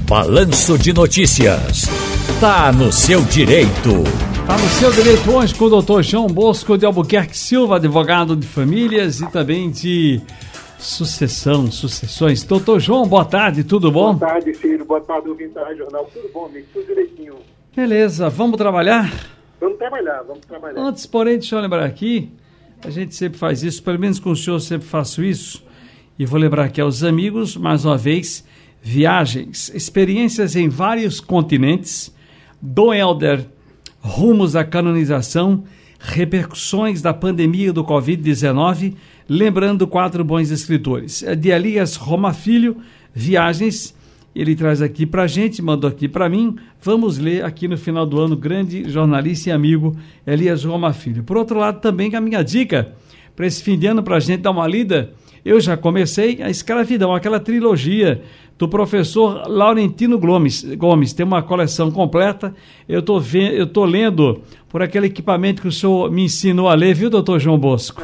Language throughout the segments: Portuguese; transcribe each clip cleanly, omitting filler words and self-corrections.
Balanço de Notícias. Tá no seu direito. Tá no seu direito hoje com o doutor João Bosco de Albuquerque Silva, advogado de famílias e também de sucessões. Doutor João, boa tarde, tudo bom? Boa tarde, Ciro. Boa tarde, ouvinte da Rádio Jornal. Tudo bom, amigo? Tudo direitinho. Beleza, vamos trabalhar? Vamos trabalhar. Antes, porém, deixa eu lembrar aqui, a gente sempre faz isso, pelo menos com o senhor eu sempre faço isso, e vou lembrar aqui aos amigos, mais uma vez, viagens, experiências em vários continentes, do Helder, rumos à canonização, repercussões da pandemia do Covid-19, lembrando 4 bons escritores. De Elias Roma Filho, Viagens, ele traz aqui pra gente, mandou aqui para mim, vamos ler aqui no final do ano, grande jornalista e amigo Elias Roma Filho. Por outro lado, também a minha dica para esse fim de ano, pra gente dar uma lida, eu já comecei a Escravidão, aquela trilogia do professor Laurentino Gomes, tem uma coleção completa, eu tô lendo por aquele equipamento que o senhor me ensinou a ler, viu, doutor João Bosco?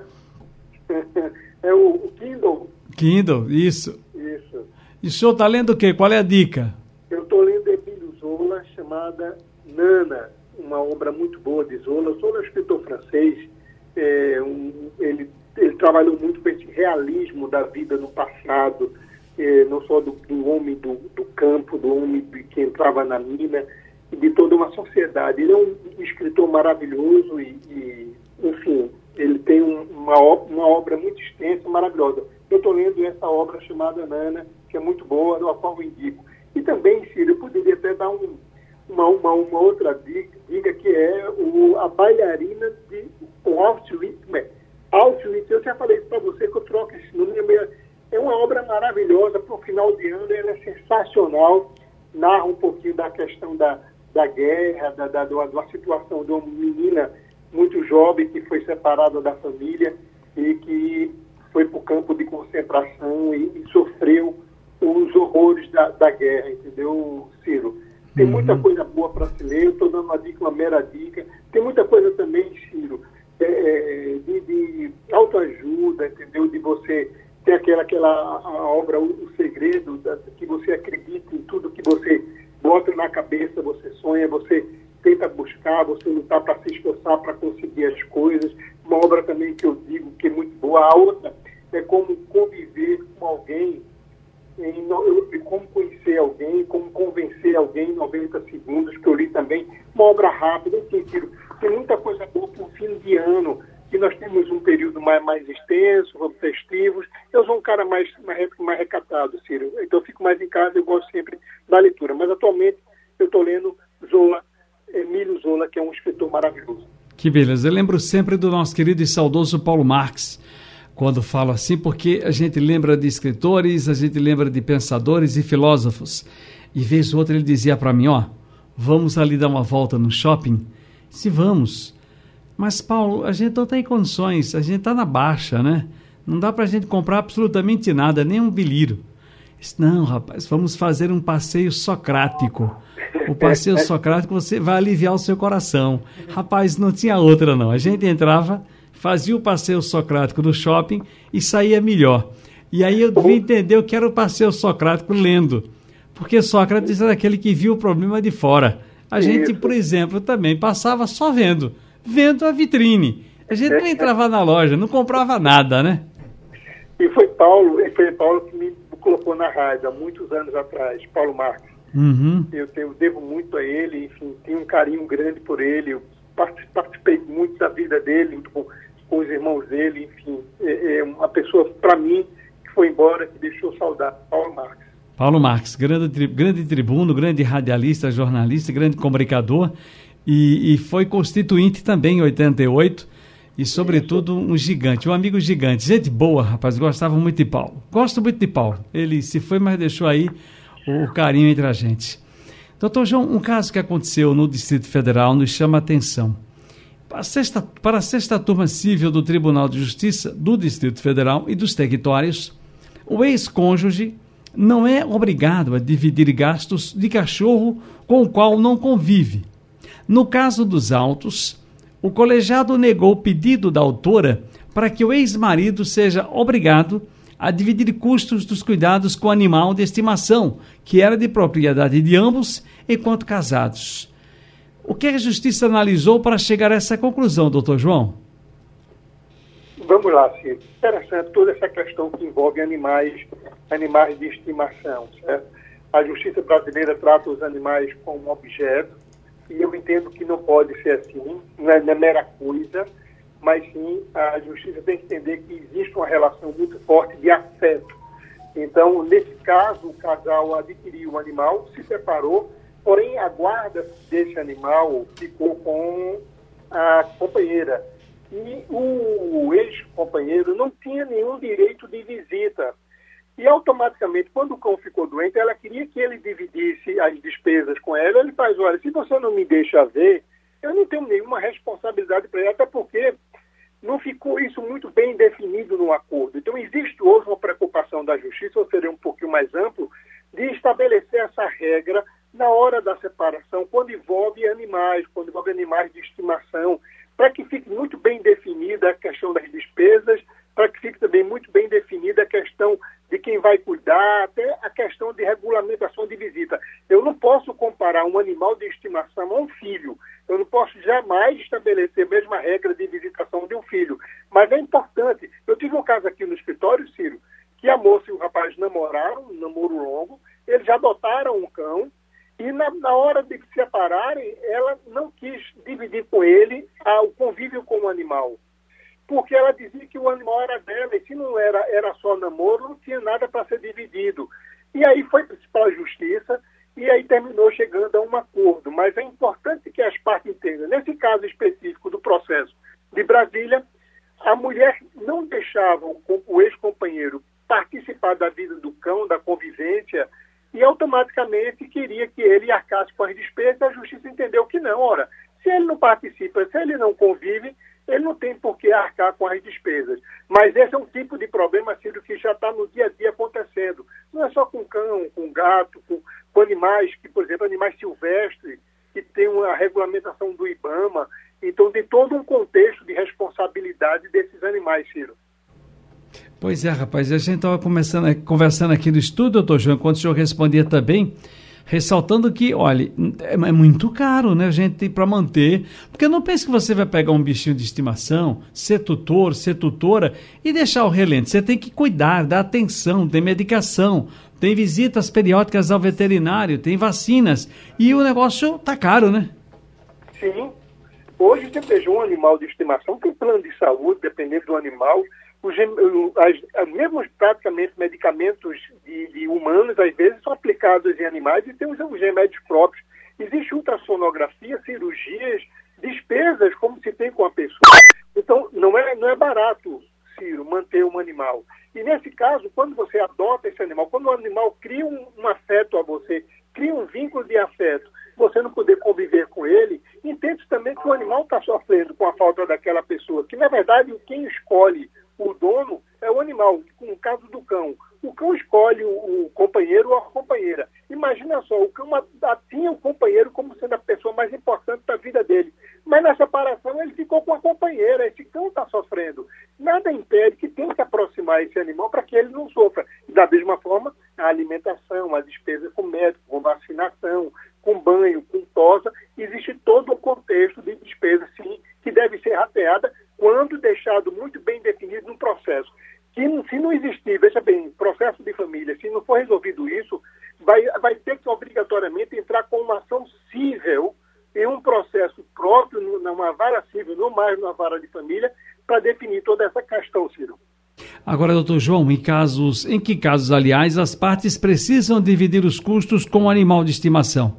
É o Kindle. Kindle, isso. E o senhor está lendo o quê? Qual é a dica? Eu estou lendo Émile Zola, chamada Nana, uma obra muito boa de Zola. Zola é um escritor francês, ele trabalhou muito com esse realismo da vida no passado, não só do homem do campo, do homem que entrava na mina, e de toda uma sociedade. Ele é um escritor maravilhoso e enfim, ele tem uma obra muito extensa, maravilhosa. Eu estou lendo essa obra chamada Nana, que é muito boa, da qual eu indico. E também, Ciro, eu poderia até dar uma outra dica, que é a bailarina de Auschwitz. Auschwitz, eu já falei isso para você, que eu troco esse nome. É uma obra maravilhosa para o final de ano, ela é sensacional, narra um pouquinho da questão da guerra, da situação de uma menina muito jovem que foi separada da família e que foi para o campo de concentração e sofreu os horrores da guerra, entendeu, Ciro? Tem muita coisa boa para se ler, eu estou dando uma mera dica. Tem muita coisa também, Ciro, de autoajuda, entendeu? De você ter a obra O Segredo, que você acredita em tudo que você bota na cabeça, você sonha, você tenta buscar, você lutar para se esforçar para conseguir as coisas. Uma obra também que eu digo que é muito boa. A outra é como conviver com alguém, como conhecer alguém, como convencer alguém em 90 segundos, que eu li também. Uma obra rápida, enfim, Ciro, tem muita coisa boa para o fim de ano, que nós temos um período mais extenso, festivos. Eu sou um cara mais recatado, Ciro, então eu fico mais em casa, eu gosto sempre da leitura. Mas atualmente eu estou lendo Émile Zola, que é um escritor maravilhoso. Que beleza, eu lembro sempre do nosso querido e saudoso Paulo Marx, quando falo assim, porque a gente lembra de escritores, a gente lembra de pensadores e filósofos. E vez ou outra ele dizia para mim, vamos ali dar uma volta no shopping? Se vamos. Mas, Paulo, a gente não tem condições, a gente está na baixa, né? Não dá para a gente comprar absolutamente nada, nem um bilhiro. Disse, não, rapaz, vamos fazer um passeio socrático. O passeio socrático você vai aliviar o seu coração. Rapaz, não tinha outra não. A gente entrava, fazia o passeio socrático no shopping e saía melhor. E aí eu vim entender o que era o passeio socrático lendo. Porque Sócrates era aquele que viu o problema de fora. A gente, por exemplo, também passava só vendo a vitrine. A gente não entrava na loja, não comprava nada, né? E foi Paulo que me colocou na rádio há muitos anos atrás, Paulo Marx. Uhum. Eu devo muito a ele, enfim, tenho um carinho grande por ele, eu participei muito da vida dele, com os irmãos dele, enfim, é uma pessoa, para mim, que foi embora, que deixou saudade, Paulo Marx, grande tribuno, grande radialista, jornalista, grande comunicador, e foi constituinte também em 88, e sobretudo um gigante, um amigo gigante, gente boa, rapaz, gostava muito de Paulo, gosto muito de Paulo, ele se foi, mas deixou aí o carinho entre a gente. Doutor João, um caso que aconteceu no Distrito Federal nos chama a atenção. Para a sexta turma civil do Tribunal de Justiça do Distrito Federal e dos territórios, o ex-cônjuge não é obrigado a dividir gastos de cachorro com o qual não convive. No caso dos autos, o colegiado negou o pedido da autora para que o ex-marido seja obrigado a dividir custos dos cuidados com o animal de estimação, que era de propriedade de ambos enquanto casados. O que a Justiça analisou para chegar a essa conclusão, doutor João? Vamos lá, Ciro. Interessante toda essa questão que envolve animais de estimação, certo? A Justiça brasileira trata os animais como objeto, e eu entendo que não pode ser assim, não é mera coisa, mas sim a Justiça tem que entender que existe uma relação muito forte de afeto. Então, nesse caso, o casal adquiriu o animal, se separou, porém a guarda desse animal ficou com a companheira. E o ex-companheiro não tinha nenhum direito de visita. E automaticamente, quando o cão ficou doente, ela queria que ele dividisse as despesas com ela. Ele faz, olha, se você não me deixa ver, eu não tenho nenhuma responsabilidade para ele, até porque não ficou isso muito bem definido no acordo. Então, existe hoje uma preocupação da Justiça, ou seria um pouquinho mais amplo, de estabelecer essa regra na hora da separação, quando envolve animais de estimação, para que fique muito bem definida a questão das despesas, para que fique também muito bem definida a questão de quem vai cuidar, até a questão de regulamentação de visita. Eu não posso comparar um animal de estimação a um filho. Eu não posso jamais estabelecer a mesma regra de visitação de um filho. Mas é importante. Eu tive um caso aqui no escritório, Ciro, que a moça e o rapaz namoraram, um namoro longo, eles já adotaram um cão, e na hora de se separarem, ela não quis dividir com ele o convívio com o animal. Porque ela dizia que o animal era dela, e se não era só namoro, não tinha nada para ser dividido. E aí foi para a Justiça, e aí terminou chegando a um acordo. Mas é importante que as partes entendam. Nesse caso específico do processo de Brasília, a mulher não deixava o ex-companheiro participar da vida do cão, da convivência, e automaticamente queria que ele arcasse com as despesas. A Justiça entendeu que não. Ora, se ele não participa, se ele não convive, ele não tem por que arcar com as despesas. Mas esse é um tipo de problema, Ciro, que já está no dia a dia acontecendo. Não é só com cão, com gato, com animais, que, por exemplo, animais silvestres, que tem uma regulamentação do IBAMA. Então, tem todo um contexto de responsabilidade desses animais, Ciro. Pois é, rapaz, a gente estava conversando aqui no estúdio, doutor João, enquanto o senhor respondia também, ressaltando que, olha, é muito caro, né, gente, para manter, porque não pense que você vai pegar um bichinho de estimação, ser tutor, ser tutora e deixar o relento. Você tem que cuidar, dar atenção, tem medicação, tem visitas periódicas ao veterinário, tem vacinas, e o negócio tá caro, né? Sim. Hoje você veja um animal de estimação, tem plano de saúde, dependendo do animal, mesmo praticamente medicamentos de humanos, às vezes, são aplicados em animais e tem os remédios próprios. Existe ultrassonografia, cirurgias, despesas, como se tem com a pessoa. Então, não é barato, Ciro, manter um animal. E nesse caso, quando você adota esse animal, quando o animal cria um afeto a você, cria um vínculo de afeto, você não poder conviver com ele, entende também que o animal está sofrendo com a falta daquela pessoa, que na verdade quem escolhe o dono é o animal. No caso do cão, o cão escolhe o companheiro ou a companheira. Imagina só, o cão tinha o companheiro como sendo a pessoa mais importante da vida dele. Mas na separação ele ficou com a companheira, esse cão está sofrendo. Nada impede que tenha que aproximar esse animal para que ele não sofra. Da mesma forma, a alimentação, a despesa com médico, com vacinação, com banho, com tosa, existe todo um contexto de despesa, sim, que deve ser rateada quando deixado muito bem definido no processo. Que se não existir, veja bem, processo de família, se não for resolvido isso, vai ter que obrigatoriamente entrar com uma ação cível em um processo próprio, numa vara civil, não mais numa vara de família, para definir toda essa questão, Ciro. Agora, doutor João, em que casos, aliás, as partes precisam dividir os custos com o animal de estimação?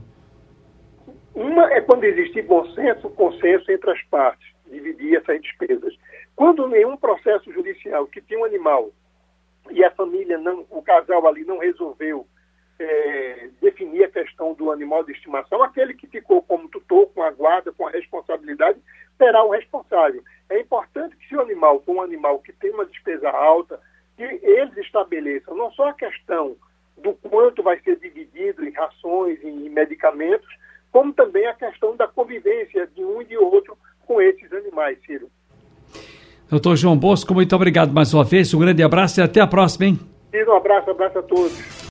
Uma é quando existe consenso entre as partes, dividir essas despesas. Quando nenhum processo judicial que tem um animal e a família, o casal ali não resolveu definir a questão do animal de estimação, aquele que ficou como tutor, com a guarda, com a responsabilidade, será o responsável. É importante que se o animal for um animal que tem uma despesa alta, que eles estabeleçam não só a questão do quanto vai ser dividido em rações, em medicamentos, como também a questão da convivência de um e de outro com esses animais, Ciro. Doutor João Bosco, muito obrigado mais uma vez, um grande abraço e até a próxima, hein? Um abraço a todos.